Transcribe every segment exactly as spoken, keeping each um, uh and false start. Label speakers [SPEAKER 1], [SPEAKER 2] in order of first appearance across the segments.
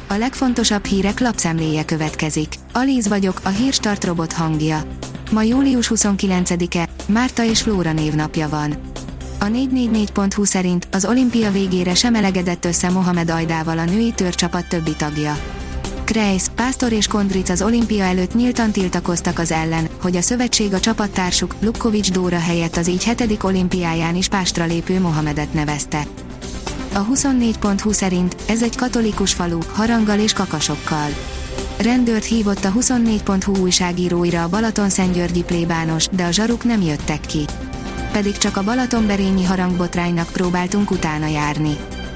[SPEAKER 1] A legfontosabb hírek lapszemléje következik. Alíz vagyok, a Hírstart robot hangja. Ma július huszonkilencedike, Márta és Flóra névnapja van. A négy négy négy pont hu szerint az olimpia végére sem elegedett össze Mohamed Ajdával a női törcsapat többi tagja. Kreisz, Pásztor és Kondric az olimpia előtt nyíltan tiltakoztak az ellen, hogy a szövetség a csapattársuk, Lukkovics Dóra helyett az így hetedik olimpiáján is pástra lépő Mohamedet nevezte. A huszonnégy pont hu szerint ez egy katolikus falu, haranggal és kakasokkal. Rendőrt hívott a huszonnégy pont hu újságíróira a Balatonszentgyörgyi plébános, de a zsaruk nem jöttek ki. Pedig csak a balatonberényi harangbotránynak próbáltunk utána járni.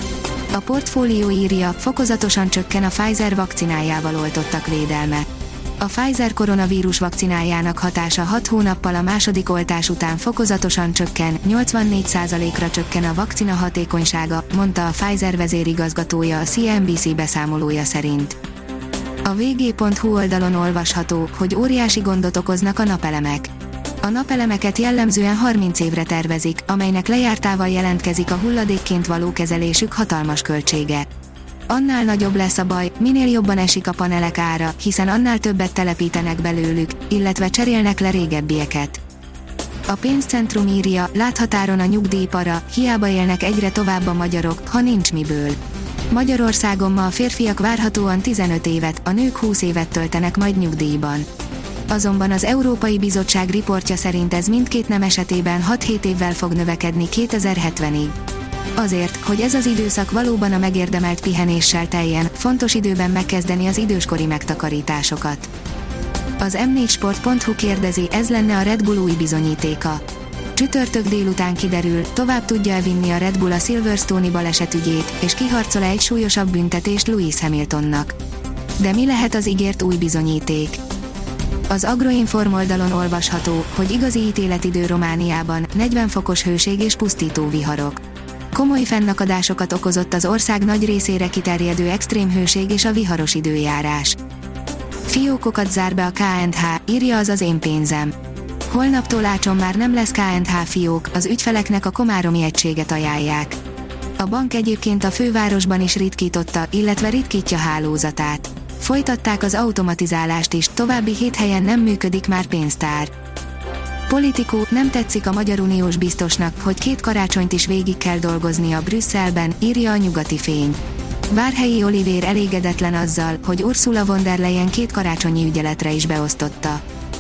[SPEAKER 1] A Portfólió írja, fokozatosan csökken a Pfizer vakcinájával oltottak védelme. A Pfizer koronavírus vakcinájának hatása hat hónappal a második oltás után fokozatosan csökken, nyolcvannégy százalékra csökken a vakcina hatékonysága, mondta a Pfizer vezérigazgatója a C N B C beszámolója szerint. A v g pont hu oldalon olvasható, hogy óriási gondot okoznak a napelemek. A napelemeket jellemzően harminc évre tervezik, amelynek lejártával jelentkezik a hulladékként való kezelésük hatalmas költsége. Annál nagyobb lesz a baj, minél jobban esik a panelek ára, hiszen annál többet telepítenek belőlük, illetve cserélnek le régebbieket. A Pénzcentrum írja, láthatáron a nyugdíjpara, hiába élnek egyre tovább a magyarok, ha nincs miből. Magyarországon ma a férfiak várhatóan tizenöt évet, a nők húsz évet töltenek majd nyugdíjban. Azonban az Európai Bizottság riportja szerint ez mindkét nem esetében hat-hét évvel fog növekedni kétezer-hetvenig. Azért, hogy ez az időszak valóban a megérdemelt pihenéssel teljen, fontos időben megkezdeni az időskori megtakarításokat. Az em négy sport pont hu kérdezi, ez lenne a Red Bull új bizonyítéka. Csütörtök délután kiderül, tovább tudja elvinni a Red Bull a Silverstone-i balesetügyét, és kiharcol egy súlyosabb büntetést Lewis Hamiltonnak. De mi lehet az ígért új bizonyíték? Az Agroinform oldalon olvasható, hogy igazi ítéletidő Romániában, negyven fokos hőség és pusztító viharok. Komoly fennakadásokat okozott az ország nagy részére kiterjedő extrém hőség és a viharos időjárás. Fiókokat zár be a K és H, írja az az én pénzem. Holnaptól Ácson már nem lesz K és H fiók, az ügyfeleknek a komáromi egységet ajánlják. A bank egyébként a fővárosban is ritkította, illetve ritkítja hálózatát. Folytatták az automatizálást is, további hét helyen nem működik már pénztár. Politikó, nem tetszik a Magyar Uniós biztosnak, hogy két karácsonyt is végig kell dolgoznia Brüsszelben, írja a Nyugati Fény. Várhelyi Olivér elégedetlen azzal, hogy Ursula von der Leyen két karácsonyi ügyeletre is beosztotta.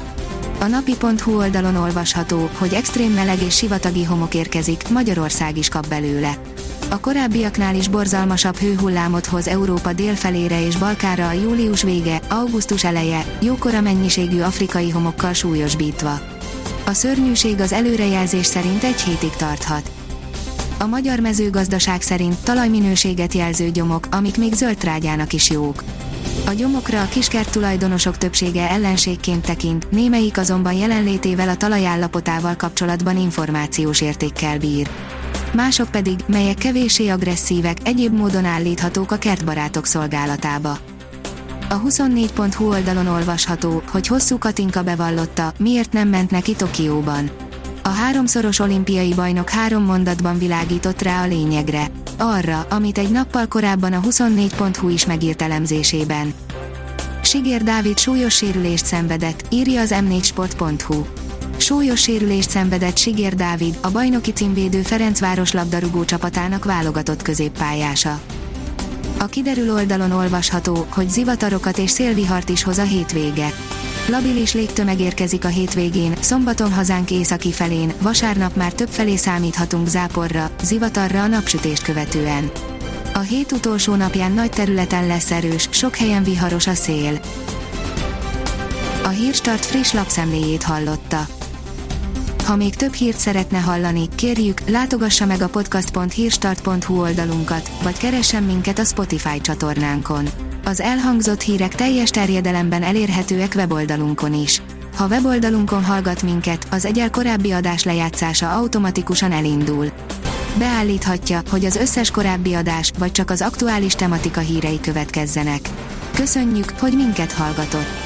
[SPEAKER 1] A napi pont hu oldalon olvasható, hogy extrém meleg és sivatagi homok érkezik, Magyarország is kap belőle. A korábbiaknál is borzalmasabb hőhullámot hoz Európa délfelére és Balkánra a július vége, augusztus eleje, jókora mennyiségű afrikai homokkal súlyosbítva. A szörnyűség az előrejelzés szerint egy hétig tarthat. A magyar mezőgazdaság szerint talajminőséget jelző gyomok, amik még zöld trágyának is jók. A gyomokra a kiskert tulajdonosok többsége ellenségként tekint, némelyik azonban jelenlétével a talajállapotával kapcsolatban információs értékkel bír. Mások pedig, melyek kevéssé agresszívek, egyéb módon állíthatók a kertbarátok szolgálatába. A huszonnégy pont hu oldalon olvasható, hogy Hosszú Katinka bevallotta, miért nem ment neki Tokióban. A háromszoros olimpiai bajnok három mondatban világított rá a lényegre. Arra, amit egy nappal korábban a huszonnégy pont hu is megírt elemzésében. Sigér Dávid súlyos sérülést szenvedett, írja az em négy sport pont hu. Súlyos sérülést szenvedett Sigér Dávid, a bajnoki címvédő Ferencváros labdarúgó csapatának válogatott középpályása. A kiderül oldalon olvasható, hogy zivatarokat és szélvihart is hoz a hétvége. Labilis légtömeg érkezik a hétvégén, szombaton hazánk északi felén, vasárnap már többfelé számíthatunk záporra, zivatarra a napsütést követően. A hét utolsó napján nagy területen lesz erős, sok helyen viharos a szél. A Hírstart friss lapszemléjét hallotta. Ha még több hírt szeretne hallani, kérjük, látogassa meg a podcast pont hírstart pont hu oldalunkat, vagy keressen minket a Spotify csatornánkon. Az elhangzott hírek teljes terjedelemben elérhetőek weboldalunkon is. Ha weboldalunkon hallgat minket, az egyel korábbi adás lejátszása automatikusan elindul. Beállíthatja, hogy az összes korábbi adás, vagy csak az aktuális tematika hírei következzenek. Köszönjük, hogy minket hallgatott!